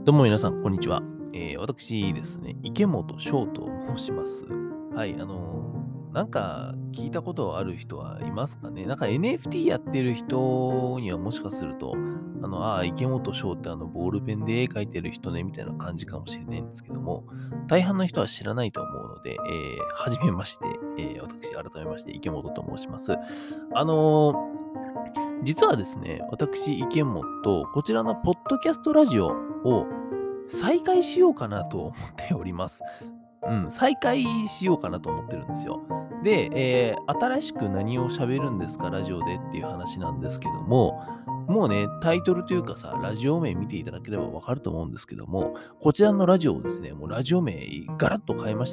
どうも皆さん、こんにちは。私ですね、池本翔と申します。はい、なんか聞いたことある人はいますかね。なんか NFT やってる人にはもしかすると、池本翔ってボールペンで絵描いてる人ね、みたいな感じかもしれないんですけども、大半の人は知らないと思うので、はじめまして、私、改めまして、池本と申します。あのー実はですね、私、池本、こちらのポッドキャストラジオを再開しようかなと思っております。再開しようかなと思ってるんですよ。で、新しく何を喋るんですか、ラジオでっていう話なんですけども、もうね、タイトルというかさ、ラジオ名見ていただければわかると思うんですけども、こちらのラジオをですね、もうラジオ名ガラッと変えまして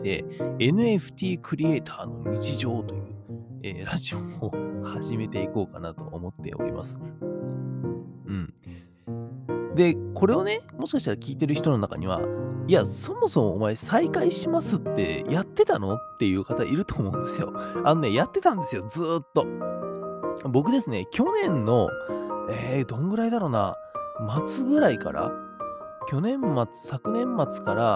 、NFT クリエイターの日常という、ラジオを始めていこうかなと思っております。うん。で、これをね、もしかしたら聞いてる人の中には、いや、そもそもお前再開しますってやってたのっていう方いると思うんですよ。やってたんですよ、ずーっと。僕ですね、去年の、どんぐらいだろうな、末ぐらいから、去年末、昨年末から、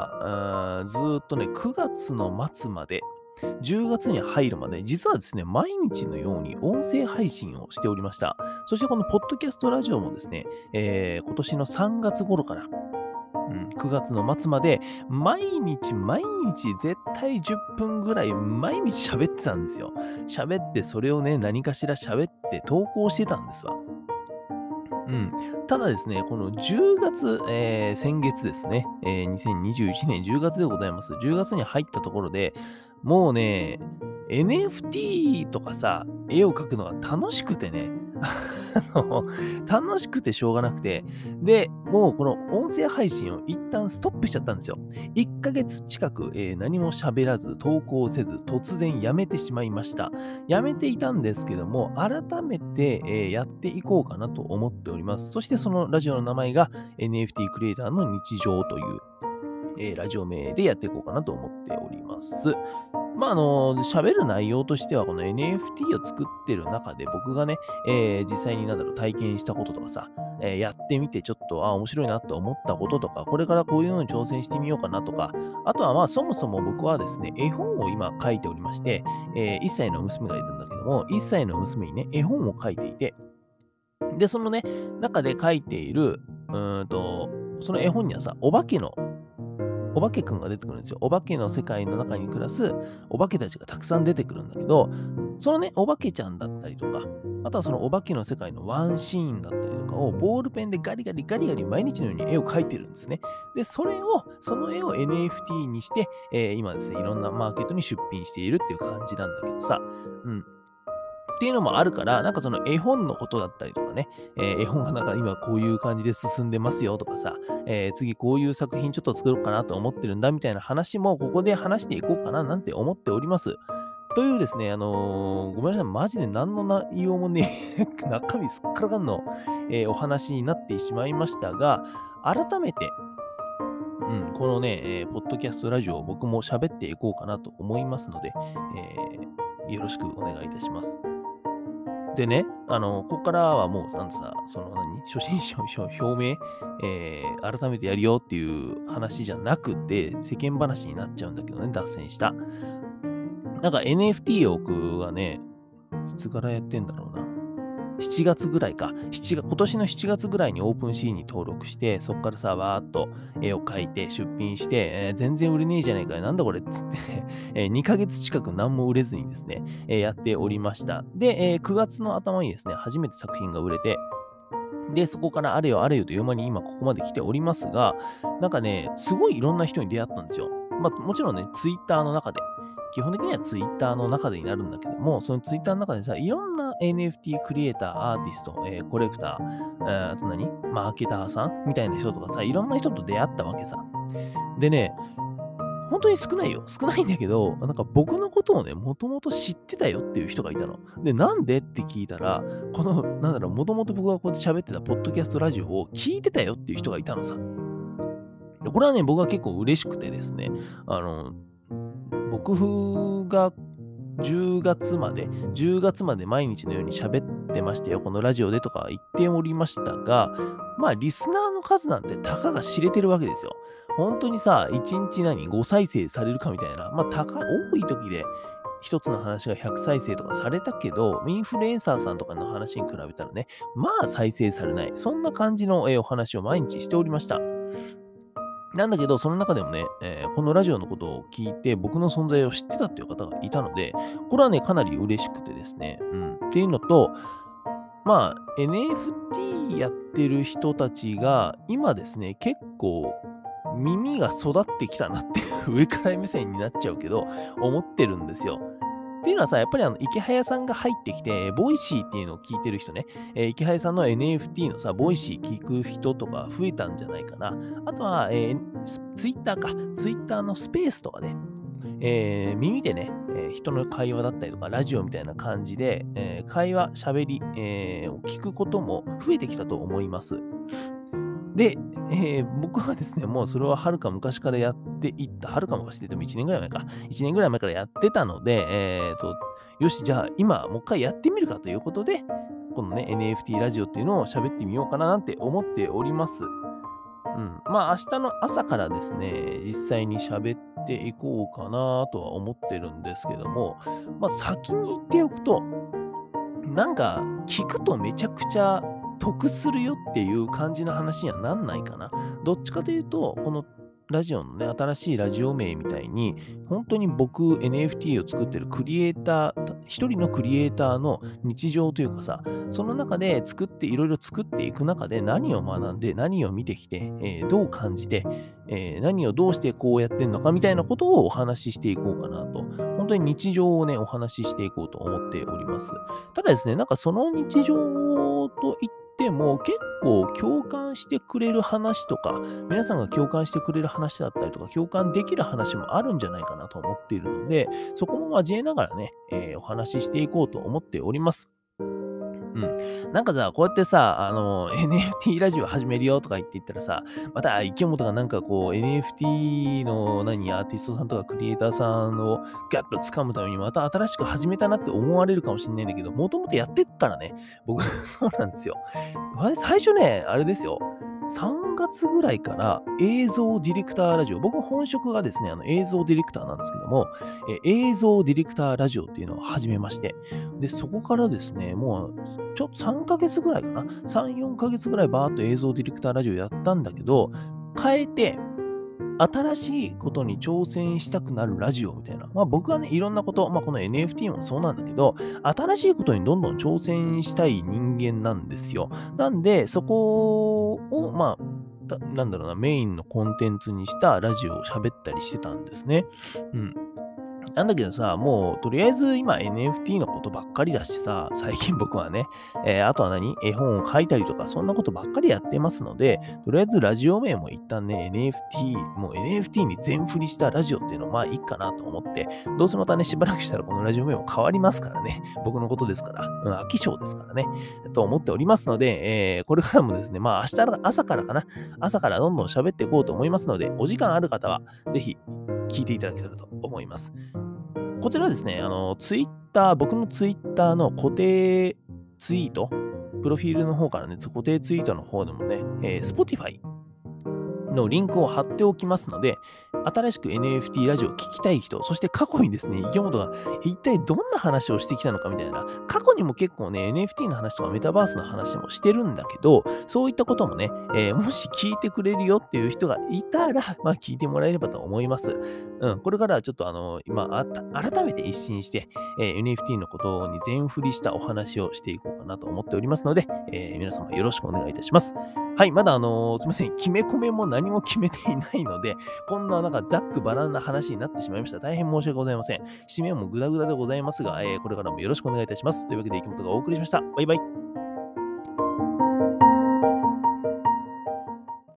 ずーっとね、9月の末まで、10月に入るまで、実はですね、毎日のように音声配信をしておりました。そしてこのポッドキャストラジオもですね、今年の3月頃から、9月の末まで、毎日絶対10分ぐらい毎日喋ってたんですよ。喋ってそれをね、何かしら喋って投稿してたんですわ。うん。ただですね、この10月、先月ですね、2021年10月でございます。10月に入ったところで、もうね、NFT とかさ、絵を描くのが楽しくてね、の楽しくてしょうがなくて、で、もうこの音声配信を一旦ストップしちゃったんですよ。1ヶ月近く、何も喋らず、投稿せず、突然やめてしまいました。やめていたんですけども、改めて、やっていこうかなと思っております。そしてそのラジオの名前が NFT クリエイターの日常という、ラジオ名でやっていこうかなと思っております。喋る内容としては、この NFT を作ってる中で僕がね、実際に体験したこととかさ、やってみてちょっと、面白いなと思ったこととか、これからこういうのに挑戦してみようかなとか、あとはそもそも僕はですね、絵本を今書いておりまして、1歳の娘がいるんだけども、1歳の娘にね、絵本を書いていて、で、そのね、中で書いている、うーんと、その絵本にはさ、お化けくんが出てくるんですよ。お化けの世界の中に暮らすお化けたちがたくさん出てくるんだけど、そのね、お化けちゃんだったりとか、あとはそのお化けの世界のワンシーンだったりとかをボールペンでガリガリガリガリ毎日のように絵を描いてるんですね。で、その絵を NFT にして、今ですね、いろんなマーケットに出品しているっていう感じなんだけどさ、うん。っていうのもあるから、なんかその絵本のことだったりとかね、絵本がなんか今こういう感じで進んでますよとかさ、次こういう作品ちょっと作ろうかなと思ってるんだみたいな話もここで話していこうかななんて思っております。というですね、ごめんなさい、マジで何の内容もね、中身すっからかんの、お話になってしまいましたが、改めて、このね、ポッドキャストラジオを僕も喋っていこうかなと思いますので、よろしくお願いいたします。でね、ここからはもう、初心者表明、改めてやるよっていう話じゃなくて、世間話になっちゃうんだけどね、脱線した。なんか NFT を僕はね、いつからやってんだろうな。7月ぐらいか。今年の7月ぐらいにオープンシーに登録して、そっからさ、わーっと絵を描いて出品して、全然売れねえじゃねえかよ、なんだこれっつって2ヶ月近く何も売れずにですね、やっておりました。で、9月の頭にですね、初めて作品が売れて、で、そこからあれよあれよという間に今ここまで来ておりますが、なんかね、すごいいろんな人に出会ったんですよ。もちろんね、ツイッターの中で。基本的にはツイッターの中でになるんだけども、そのツイッターの中でさ、いろんな NFT クリエイター、アーティスト、コレクター、マーケターさんみたいな人とかさ、いろんな人と出会ったわけさ。でね、本当に少ないよ。少ないんだけど、なんか僕のことをね、もともと知ってたよっていう人がいたの。で、なんでって聞いたら、もともと僕がこうやって喋ってたポッドキャストラジオを聞いてたよっていう人がいたのさ。で、これはね、僕は結構嬉しくてですね、あの、僕が10月まで毎日のように喋っってましたよ、このラジオでとか言っておりましたが、まあ、リスナーの数なんてたかが知れてるわけですよ。本当にさ、1日5再生されるかみたいな、まあ、多い時で一つの話が100再生とかされたけど、インフルエンサーさんとかの話に比べたらね、まあ再生されない。そんな感じの、お話を毎日しておりました。なんだけど、その中でもね、このラジオのことを聞いて、僕の存在を知ってたっていう方がいたので、これはね、かなり嬉しくてですね。うん。っていうのと、まあ、NFT やってる人たちが、今ですね、結構耳が育ってきたなっていう上から目線になっちゃうけど、思ってるんですよ。っていうのはさ、やっぱり池早さんが入ってきて、ボイシーっていうのを聞いてる人ね、池早さんの NFT のさ、ボイシー聞く人とか増えたんじゃないかな。あとは、ツイッターか。ツイッターのスペースとかで、耳でね、人の会話だったりとか、ラジオみたいな感じで、会話、喋り、を聞くことも増えてきたと思います。で、僕はですね、もうそれははるか昔からやっていった、はるか昔って言っても1年ぐらい前か。1年ぐらい前からやってたので、よし、じゃあ今もう一回やってみるかということで、このね、NFT ラジオっていうのを喋ってみようかななんて思っております。うん。まあ明日の朝からですね、実際に喋っていこうかなとは思ってるんですけども、まあ先に言っておくと、なんか、聞くとめちゃくちゃ得するよっていう感じの話にはなんないかな。どっちかというと、このラジオのね、新しいラジオ名みたいに、本当に僕、NFT を作ってるクリエイター、一人のクリエイターの日常というかさ、その中でいろいろ作っていく中で何を学んで、何を見てきて、どう感じて、何をどうしてこうやってんのかみたいなことをお話ししていこうかなと。本当に日常をね、お話ししていこうと思っております。ただですね、なんかその日常といっても、結構共感してくれる話とか、皆さんが共感してくれる話だったりとか、共感できる話もあるんじゃないかなと思っているので、そこも交えながらね、お話ししていこうと思っております。うん。なんかさ、こうやってさ、NFT ラジオ始めるよとか言ったらさ、また池本がなんかこう NFT のアーティストさんとかクリエイターさんをガッと掴むためにまた新しく始めたなって思われるかもしれないんだけど、もともとやってっからね、僕そうなんですよ。最初ね、あれですよ。3月ぐらいから映像ディレクターラジオ、僕本職がですね、映像ディレクターなんですけども、映像ディレクターラジオっていうのを始めまして、で、そこからですね、もうちょっと3ヶ月ぐらいかな。3、4ヶ月ぐらいバーっと映像ディレクターラジオやったんだけど、変えて、新しいことに挑戦したくなるラジオみたいな。まあ僕はね、いろんなこと、まあこの NFT もそうなんだけど、新しいことにどんどん挑戦したい人間なんですよ。なんで、そこを、まあ、なんだろうな、メインのコンテンツにしたラジオを喋ったりしてたんですね。うん。なんだけどさ、もうとりあえず今 NFT のことばっかりだしさ、最近僕はね、あとは絵本を書いたりとか、そんなことばっかりやってますので、とりあえずラジオ名も一旦ね、もう NFT に全振りしたラジオっていうのまあいいかなと思って、どうせまたね、しばらくしたらこのラジオ名も変わりますからね、僕のことですから、飽き性ですからね、と思っておりますので、これからもですね、まあ明日の朝からかな、朝からどんどん喋っていこうと思いますので、お時間ある方は、ぜひ聞いていただけたらと思います。こちらですね、僕のツイッターの固定ツイート、プロフィールの方からね、固定ツイートの方でもね、Spotify のリンクを貼っておきますので、新しく NFT ラジオを聞きたい人、そして過去にですね、池本が一体どんな話をしてきたのかみたいな、過去にも結構ね、NFT の話とかメタバースの話もしてるんだけど、そういったこともね、もし聞いてくれるよっていう人がいたら、まあ聞いてもらえればと思います。うん、これからはちょっと改めて一新して、NFT のことに全振りしたお話をしていこうかなと思っておりますので、皆様よろしくお願いいたします。はい、まだすいません、決め込めも何も決めていないので、こんななんかざっくばらんな話になってしまいました。大変申し訳ございません。締めもグダグダでございますが、これからもよろしくお願いいたします。というわけで、池本がお送りしました。バイバイ。